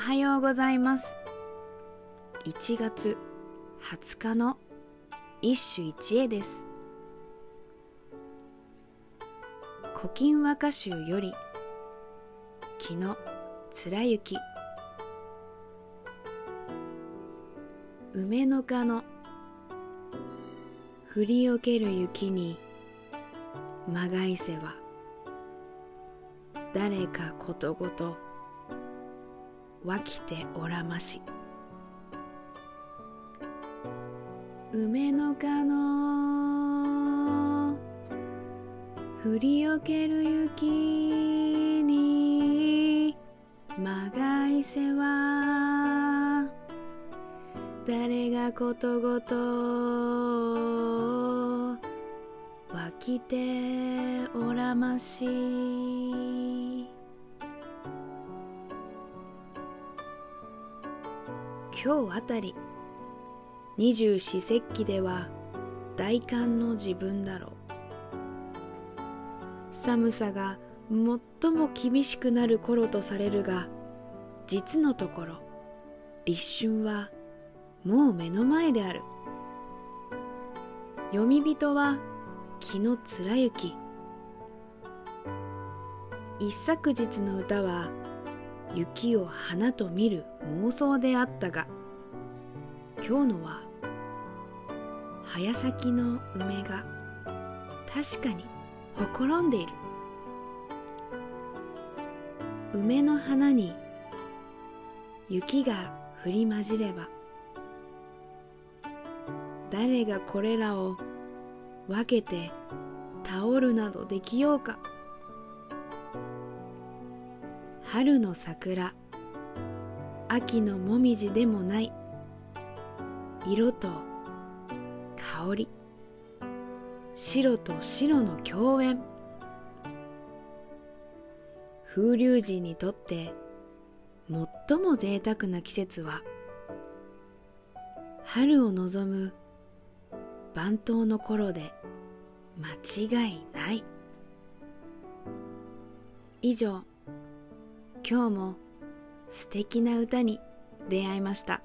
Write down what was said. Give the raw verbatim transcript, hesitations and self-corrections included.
はようございます。いちがつはつかの一首一会です。古今和歌集より紀貫之。梅の花の降りよける雪にまがいせは、誰かことごとわきておらまし。梅の花の降りよける雪にまがいせは、誰がことごとわきておらまし。今日あたり二十四節気では大寒の自分だろう。寒さが最も厳しくなる頃とされるが、実のところ立春はもう目の前である。読み人は紀貫之。一昨日の歌は雪を花と見る妄想であったが、今日のは早咲きの梅が確かにほころんでいる。梅の花に雪が降り混じれば、誰がこれらを分けてタオルなどできようか。春の桜、秋のもみじでもない色と香り、白と白の共演。風流人にとって最も贅沢な季節は、春を望む番頭の頃で間違いない。以上、今日も素敵な歌に出会いました。